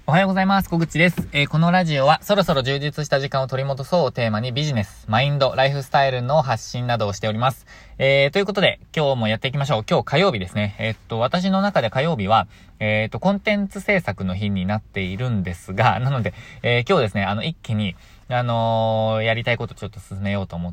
おはようございます。小口です。このラジオはそろそろ充実した時間を取り戻そうをテーマにビジネス、マインド、ライフスタイルの発信などをしております。ということで今日もやっていきましょう。今日火曜日ですね。私の中で火曜日は、コンテンツ制作の日になっているんですが、なので、今日ですね、一気にやりたいことちょっと進めようと思って、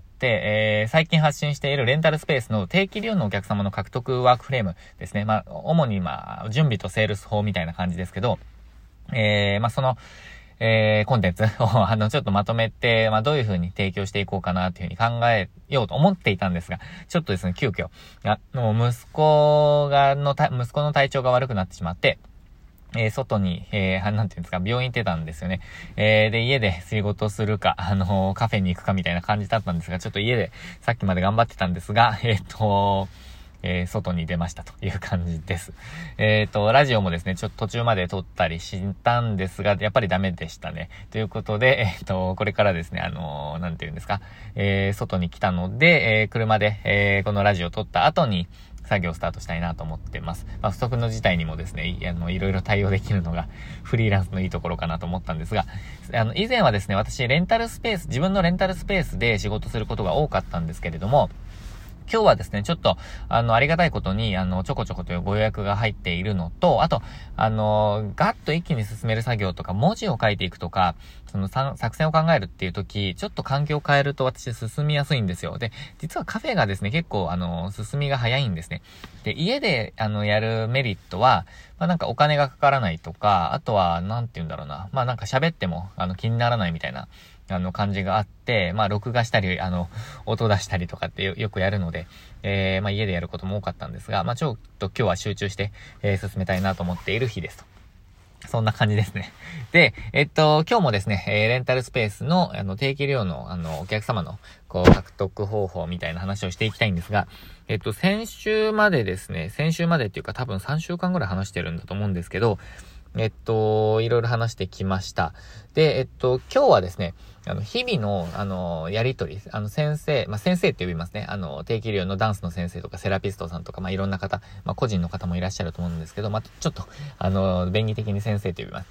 最近発信しているレンタルスペースの定期利用のお客様の獲得ワークフレームですね。主に準備とセールス法みたいな感じですけど、その、コンテンツをちょっとまとめて、どういう風に提供していこうかなという風に考えようと思っていたんですが、ちょっとですね、急遽、息子の体調が悪くなってしまって、外に、なんていうんですか、病院行ってたんですよね。で、家で仕事するか、カフェに行くかみたいな感じだったんですが、ちょっと家でさっきまで頑張ってたんですが、外に出ましたという感じです。ラジオもですね、ちょっと途中まで撮ったりしたんですが、やっぱりダメでしたね。ということで、これからですね、なんていうんですか、外に来たので、車で、このラジオ撮った後に、作業スタートしたいなと思ってます。不測の事態にもですね、いろいろ対応できるのがフリーランスのいいところかなと思ったんですが、以前はですね、私、自分のレンタルスペースで仕事することが多かったんですけれども、今日はですね、ちょっと、ありがたいことに、ちょこちょこというご予約が入っているのと、あと、ガッと一気に進める作業とか、文字を書いていくとか、作戦を考えるっていう時、ちょっと環境を変えると私進みやすいんですよ。で、実はカフェがですね、結構、進みが早いんですね。で、家で、やるメリットは、なんかお金がかからないとか、あとは、なんて言うんだろうな。なんか喋っても、気にならないみたいな、感じがあって、録画したり、音出したりとかってよくやるので、家でやることも多かったんですが、ちょっと今日は集中して、進めたいなと思っている日ですと。そんな感じですね。で、今日もですね、レンタルスペースの、定期利用の、お客様の、獲得方法みたいな話をしていきたいんですが、先週までっていうか多分3週間ぐらい話してるんだと思うんですけど、いろいろ話してきました。で、今日はですね、日々の、やりとり、先生って呼びますね。定期利用のダンスの先生とか、セラピストさんとか、いろんな方、個人の方もいらっしゃると思うんですけど、ちょっと、便宜的に先生と呼びます。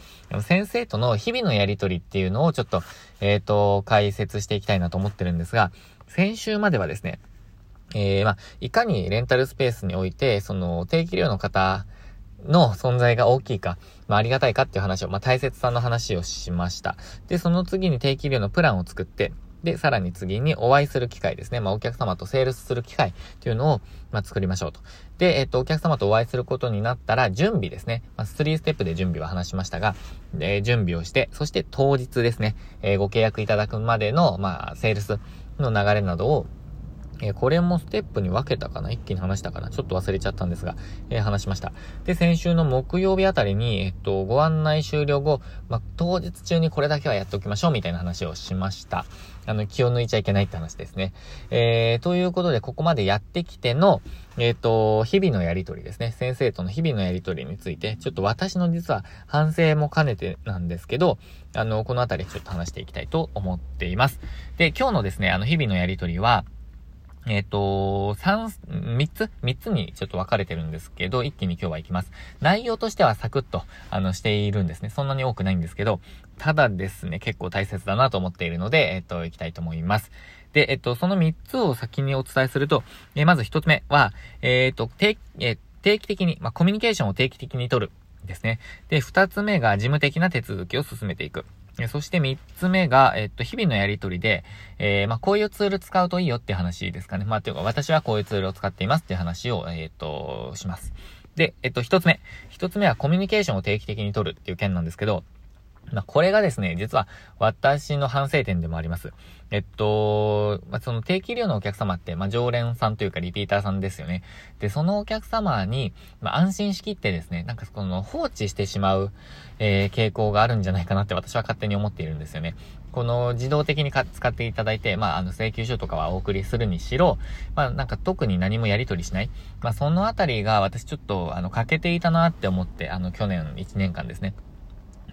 先生との日々のやりとりっていうのをちょっと、解説していきたいなと思ってるんですが、先週まではですね、いかにレンタルスペースにおいて、定期利用の方の存在が大きいか、ありがたいかっていう話を、大切さの話をしました。で、その次に定期利用のプランを作って、で、さらに次にお会いする機会ですね。お客様とセールスする機会っていうのを、作りましょうと。で、お客様とお会いすることになったら、準備ですね。3ステップで準備は話しましたが、準備をして、そして当日ですね。ご契約いただくまでの、セールスの流れなどを、これもステップに分けたかな一気に話したかなちょっと忘れちゃったんですが、話しました。で、先週の木曜日あたりに、ご案内終了後、当日中にこれだけはやっておきましょうみたいな話をしました。気を抜いちゃいけないって話ですね。ということで、ここまでやってきての、日々のやりとりですね。先生との日々のやりとりについて、ちょっと私の実は反省も兼ねてなんですけど、このあたりちょっと話していきたいと思っています。で、今日のですね、日々のやりとりは、3つにちょっと分かれてるんですけど、一気に今日は行きます。内容としてはサクッと、しているんですね。そんなに多くないんですけど、ただですね、結構大切だなと思っているので、行きたいと思います。で、その3つを先にお伝えすると、まず1つ目は、定期的に、コミュニケーションを定期的に取るですね。で、2つ目が事務的な手続きを進めていく。そして3つ目が、日々のやりとりで、こういうツール使うといいよって話ですかね。というか、私はこういうツールを使っていますっていう話を、します。で、1つ目はコミュニケーションを定期的に取るっていう件なんですけど、これがですね、実は私の反省点でもあります。その定期利用のお客様って、常連さんというかリピーターさんですよね。で、そのお客様に、安心しきってですね、放置してしまう、傾向があるんじゃないかなって私は勝手に思っているんですよね。自動的に使っていただいて、請求書とかはお送りするにしろ、特に何もやり取りしない。そのあたりが私ちょっと、欠けていたなって思って、去年1年間ですね。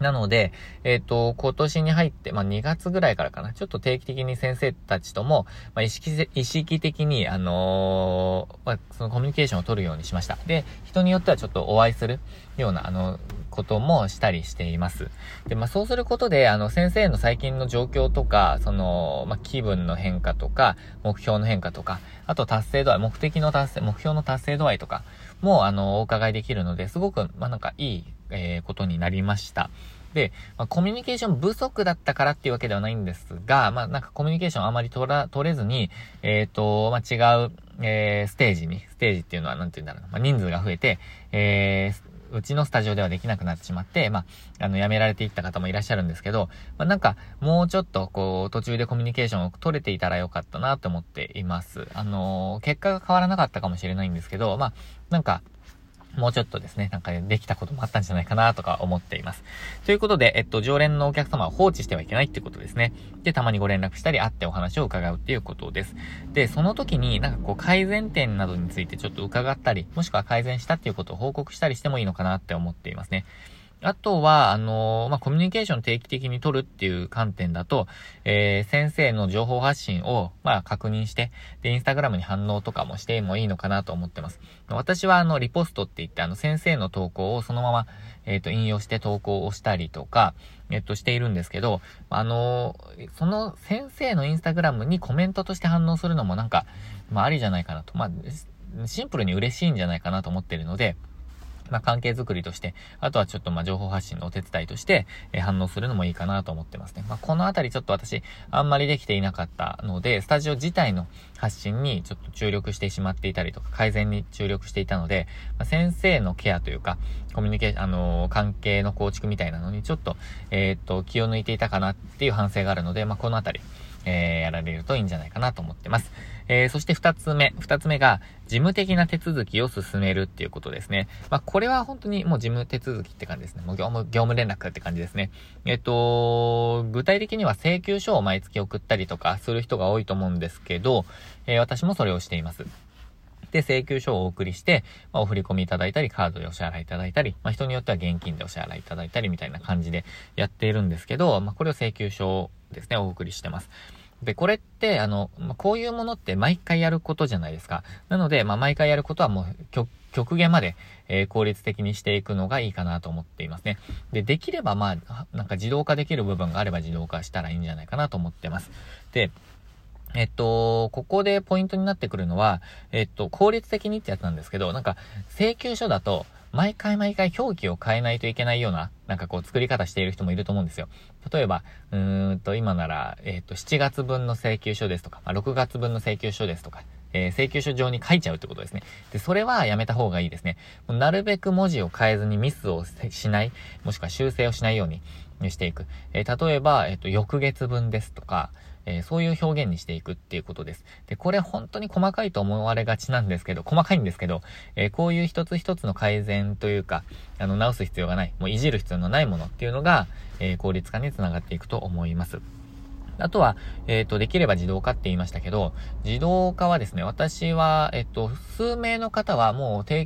なので、今年に入って、2月ぐらいからかな、ちょっと定期的に先生たちとも、意識的に、そのコミュニケーションを取るようにしました。で、人によってはちょっとお会いするような、こともしたりしています。で、そうすることで、先生の最近の状況とか、気分の変化とか、目標の変化とか、あと達成度合い、目標の達成度合いとかも、お伺いできるので、すごく、いい、ことになりました。で、コミュニケーション不足だったからっていうわけではないんですが、コミュニケーションあまり取れずに、違う、ステージっていうのは、なんて言うんだろうな、人数が増えて、うちのスタジオではできなくなってしまって、辞められていった方もいらっしゃるんですけど、もうちょっと、途中でコミュニケーションを取れていたらよかったなと思っています。結果が変わらなかったかもしれないんですけど、もうちょっとですね、できたこともあったんじゃないかなとか思っています。ということで、常連のお客様を放置してはいけないってことですね。で、たまにご連絡したり会ってお話を伺うっていうことです。で、その時に改善点などについてちょっと伺ったり、もしくは改善したっていうことを報告したりしてもいいのかなって思っていますね。あとは、コミュニケーション定期的に取るっていう観点だと、先生の情報発信を、確認して、で、インスタグラムに反応とかもしてもいいのかなと思ってます。私は、リポストって言って、先生の投稿をそのまま、引用して投稿をしたりとか、しているんですけど、その先生のインスタグラムにコメントとして反応するのもありじゃないかなと。シンプルに嬉しいんじゃないかなと思っているので、関係づくりとして、あとはちょっと情報発信のお手伝いとして、反応するのもいいかなと思ってますね。このあたりちょっと私、あんまりできていなかったので、スタジオ自体の発信にちょっと注力してしまっていたりとか、改善に注力していたので、先生のケアというか、コミュニケーション、関係の構築みたいなのにちょっと、気を抜いていたかなっていう反省があるので、このあたり、やられるといいんじゃないかなと思ってます。そして二つ目が、事務的な手続きを進めるっていうことですね。これは本当にもう事務手続きって感じですね。もう業務連絡って感じですね。具体的には請求書を毎月送ったりとかする人が多いと思うんですけど、私もそれをしています。で、請求書をお送りして、お振り込みいただいたり、カードでお支払いいただいたり、人によっては現金でお支払いいただいたりみたいな感じでやっているんですけど、これを請求書ですね、お送りしてます。で、これって、こういうものって毎回やることじゃないですか。なので、毎回やることはもう極限まで、効率的にしていくのがいいかなと思っていますね。で、できれば自動化できる部分があれば自動化したらいいんじゃないかなと思ってます。で、ここでポイントになってくるのは、効率的にってやつなんですけど、請求書だと、毎回表記を変えないといけないような、作り方している人もいると思うんですよ。例えば、今なら、7月分の請求書ですとか、6月分の請求書ですとか、請求書上に書いちゃうってことですね。で、それはやめた方がいいですね。なるべく文字を変えずにミスをしない、もしくは修正をしないようにしていく。例えば、翌月分ですとか、そういう表現にしていくっていうことです。で、これ本当に細かいと思われがちなんですけど、細かいんですけど、こういう一つ一つの改善というか、直す必要がない、もういじる必要のないものっていうのが、効率化につながっていくと思います。あとは、できれば自動化って言いましたけど、自動化はですね、私は、数名の方はもう請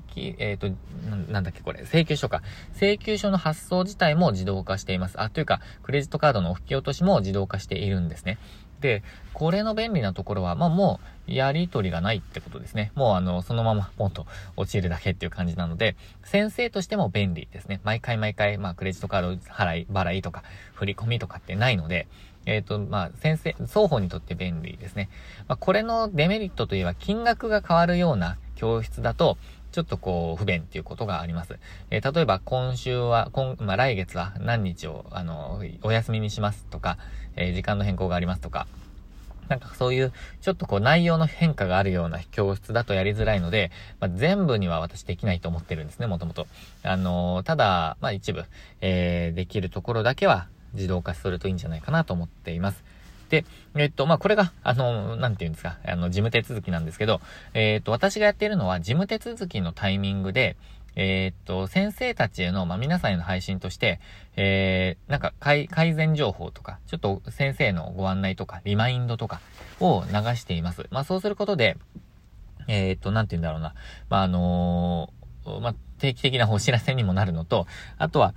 求書か。請求書の発送自体も自動化しています。というか、クレジットカードの引き落としも自動化しているんですね。で、これの便利なところは、もう、やり取りがないってことですね。もうそのままポンと落ちるだけっていう感じなので、先生としても便利ですね。毎回、クレジットカード払いとか、振り込みとかってないので、先生、双方にとって便利ですね。これのデメリットといえば、金額が変わるような教室だと、ちょっと不便っていうことがあります。例えば来月は何日を、お休みにしますとか、時間の変更がありますとか、そういう、ちょっと内容の変化があるような教室だとやりづらいので、全部には私できないと思ってるんですね、もともと。ただ、一部、できるところだけは自動化するといいんじゃないかなと思っています。で、これが、なんていうんですか、事務手続きなんですけど、私がやっているのは、事務手続きのタイミングで、先生たちへの、皆さんへの配信として、改善情報とか、ちょっと先生のご案内とか、リマインドとかを流しています。そうすることで、なんていうんだろうな、 定期的なお知らせにもなるのと、あとは、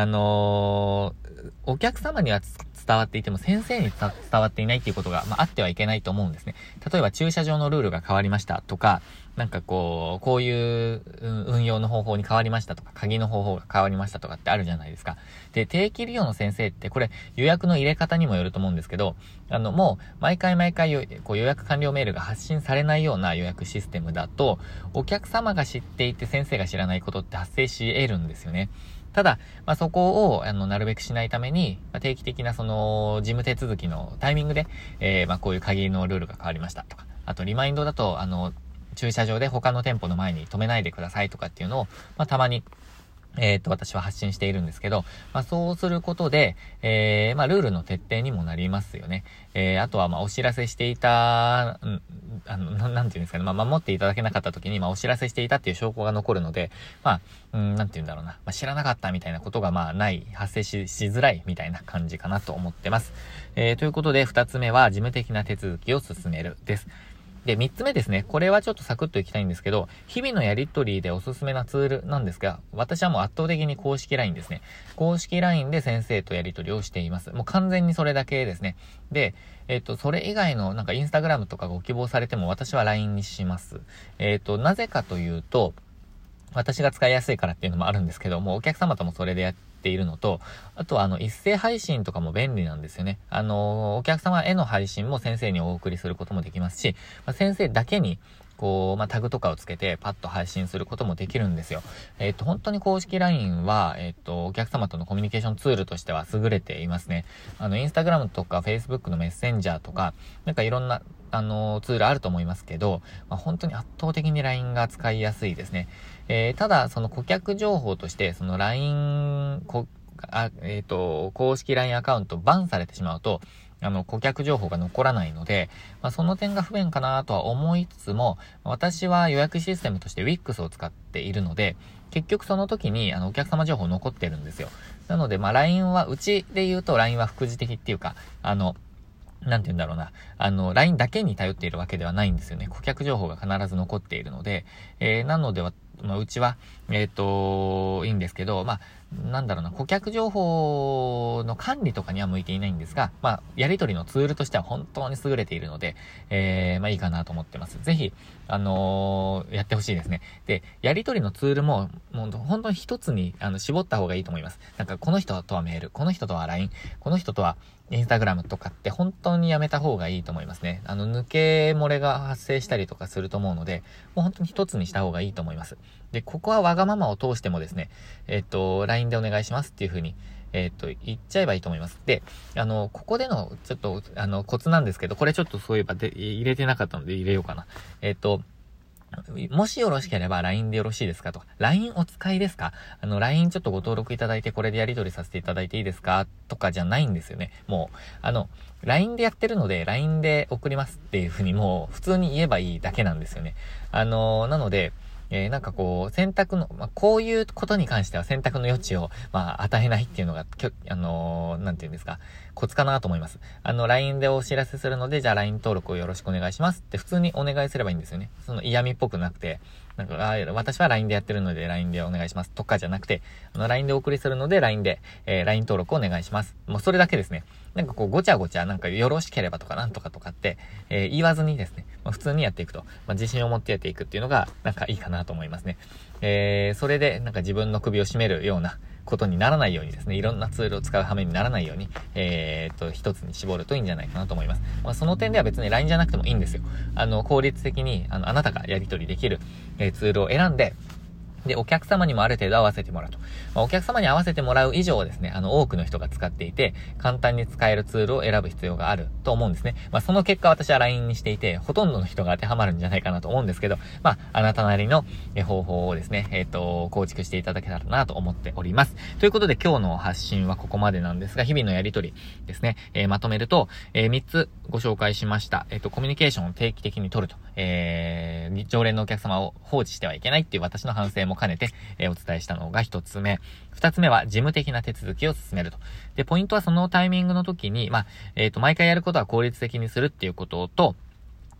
お客様には伝わっていても先生に伝わっていないっていうことが、あってはいけないと思うんですね。例えば駐車場のルールが変わりましたとか、なんかこういう運用の方法に変わりましたとか、鍵の方法が変わりましたとかってあるじゃないですか。で、定期利用の先生ってこれ予約の入れ方にもよると思うんですけど、もう毎回予約完了メールが発信されないような予約システムだと、お客様が知っていて先生が知らないことって発生し得るんですよね。ただ、そこを、なるべくしないために、定期的なその、事務手続きのタイミングで、こういう鍵のルールが変わりましたとか、あとリマインドだと、駐車場で他の店舗の前に止めないでくださいとかっていうのを、たまに、私は発信しているんですけど、そうすることで、ルールの徹底にもなりますよね。あとは、お知らせしていた、なんていうんですかね、守っていただけなかった時に、お知らせしていたっていう証拠が残るので、なんていうんだろうな、知らなかったみたいなことが、発生しづらいみたいな感じかなと思ってます。ということで、二つ目は、事務的な手続きを進めるです。で、三つ目ですね。これはちょっとサクッといきたいんですけど、日々のやりとりでおすすめなツールなんですが、私はもう圧倒的に公式 LINE ですね。公式 LINE で先生とやりとりをしています。もう完全にそれだけですね。で、それ以外のなんかインスタグラムとかご希望されても私は LINE にします。なぜかというと、私が使いやすいからっていうのもあるんですけども、お客様ともそれでやっているのと、あとは一斉配信とかも便利なんですよね。お客様への配信も先生にお送りすることもできますし、先生だけにタグとかをつけてパッと配信することもできるんですよ。本当に公式 LINE は、お客様とのコミュニケーションツールとしては優れていますね。インスタグラムとか Facebook のメッセンジャーとか、なんかいろんな、ツールあると思いますけど、本当に圧倒的に LINE が使いやすいですね。ただ、その顧客情報として、その LINE、公式 LINE アカウントバンされてしまうと、顧客情報が残らないので、その点が不便かなとは思いつつも、私は予約システムとして Wix を使っているので、結局その時に、お客様情報残ってるんですよ。なので、LINE は、うちで言うと LINE は副次的っていうか、なんて言うんだろうな。LINE だけに頼っているわけではないんですよね。顧客情報が必ず残っているので、なのでうちは、いいんですけど、顧客情報の管理とかには向いていないんですが、やり取りのツールとしては本当に優れているので、いいかなと思ってます。ぜひ、やってほしいですね。で、やり取りのツールも、もう本当に一つに、絞った方がいいと思います。なんか、この人とはメール、この人とは LINE、この人とはインスタグラムとかって本当にやめた方がいいと思いますね。抜け漏れが発生したりとかすると思うので、もう本当に一つにした方がいいと思います。で、ここはわがままを通してもですね、LINE でお願いしますっていう風に、言っちゃえばいいと思います。で、ここでの、ちょっと、コツなんですけど、これちょっとそういえば入れてなかったので入れようかな。もしよろしければ LINE でよろしいですかとか、LINE お使いですかLINE ちょっとご登録いただいてこれでやり取りさせていただいていいですかとかじゃないんですよね。もう、LINE でやってるので LINE で送りますっていうふうにもう普通に言えばいいだけなんですよね。なので、選択の、こういうことに関しては選択の余地を、与えないっていうのが、なんていうんですか、コツかなと思います。LINE でお知らせするので、じゃあ LINE 登録をよろしくお願いしますって普通にお願いすればいいんですよね。その嫌味っぽくなくて、私は LINE でやってるので LINE でお願いしますとかじゃなくて、LINE でお送りするので LINE で、LINE 登録お願いします。もうそれだけですね。ごちゃごちゃよろしければとかなんとかとかって、言わずにですね、普通にやっていくと、自信を持ってやっていくっていうのが、いいかなと思いますね。それで、自分の首を絞めるようなことにならないようにですね、いろんなツールを使う羽目にならないように、一つに絞るといいんじゃないかなと思います。その点では別に LINE じゃなくてもいいんですよ。効率的に、あなたがやり取りできる、ツールを選んで、で、お客様にもある程度合わせてもらうと。お客様に合わせてもらう以上ですね、多くの人が使っていて、簡単に使えるツールを選ぶ必要があると思うんですね。その結果私は LINE にしていて、ほとんどの人が当てはまるんじゃないかなと思うんですけど、あなたなりの方法をですね、構築していただけたらなと思っております。ということで今日の発信はここまでなんですが、日々のやりとりですね、まとめると、3つご紹介しました。コミュニケーションを定期的に取ると。常連のお客様を放置してはいけないっていう私の反省も兼ねて、お伝えしたのが一つ目。二つ目は事務的な手続きを進めると。で、ポイントはそのタイミングの時に、毎回やることは効率的にするっていうことと、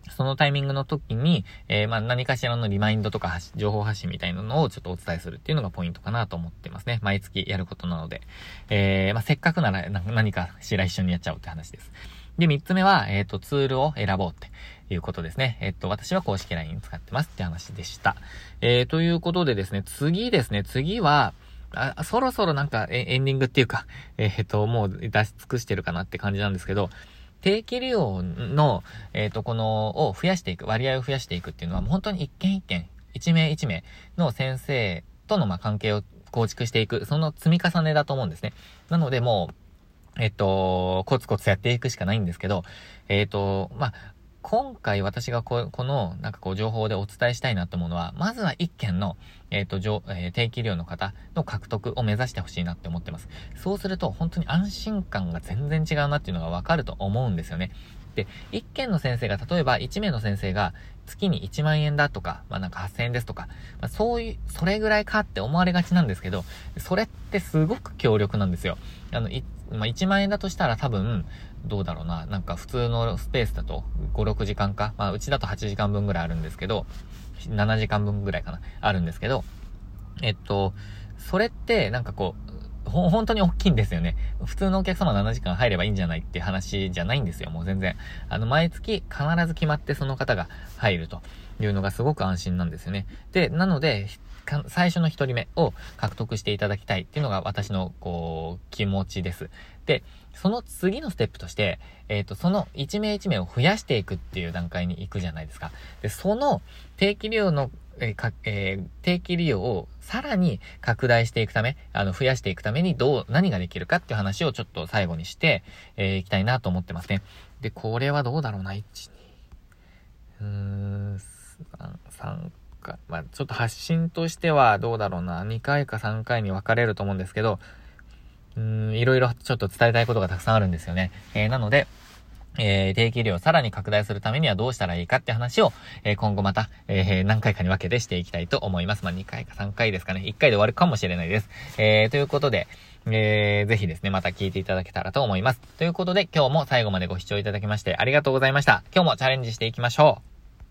そのタイミングの時に、何かしらのリマインドとか情報発信みたいなのをちょっとお伝えするっていうのがポイントかなと思ってますね。毎月やることなので。せっかくなら何かしら一緒にやっちゃおうって話です。で、3つ目は、ツールを選ぼうっていうことですね。私は公式 LINE 使ってますって話でした。ということでですね、次は、そろそろなんかエンディングっていうか、もう出し尽くしてるかなって感じなんですけど、定期利用の、を増やしていく、割合を増やしていくっていうのは、もう本当に一件一件、一名一名の先生との関係を構築していく、その積み重ねだと思うんですね。なのでもう、コツコツやっていくしかないんですけど、今回私がこの情報でお伝えしたいなと思うのは、まずは一件の、定期利用の方の獲得を目指してほしいなって思ってます。そうすると本当に安心感が全然違うなっていうのがわかると思うんですよね。で、一件の先生が、例えば1名の先生が月に1万円だとか、8000円ですとか、それぐらいかって思われがちなんですけど、それってすごく強力なんですよ。1万円だとしたら多分、どうだろうな、普通のスペースだと5、6時間か、うちだと8時間分ぐらいあるんですけど、7時間分ぐらいかな、あるんですけど、それって本当に大きいんですよね。普通のお客様7時間入ればいいんじゃないって話じゃないんですよ、もう全然。毎月必ず決まってその方が入るというのがすごく安心なんですよね。で、なので、最初の一人目を獲得していただきたいっていうのが私の気持ちです。で、その次のステップとして、その一名一名を増やしていくっていう段階に行くじゃないですか。で、その定期利用の定期利用をさらに拡大していくため、増やしていくために何ができるかっていう話をちょっと最後にして、いきたいなと思ってますね。で、これはどうだろうな、1、2、3回。ちょっと発信としてはどうだろうな、2回か3回に分かれると思うんですけど、いろいろちょっと伝えたいことがたくさんあるんですよね。なので、定期利用をさらに拡大するためにはどうしたらいいかって話を、今後また、何回かに分けてしていきたいと思います。2回か3回ですかね。1回で終わるかもしれないです。ということで、ぜひですね、また聞いていただけたらと思います。ということで、今日も最後までご視聴いただきましてありがとうございました。今日もチャレンジしていきましょう。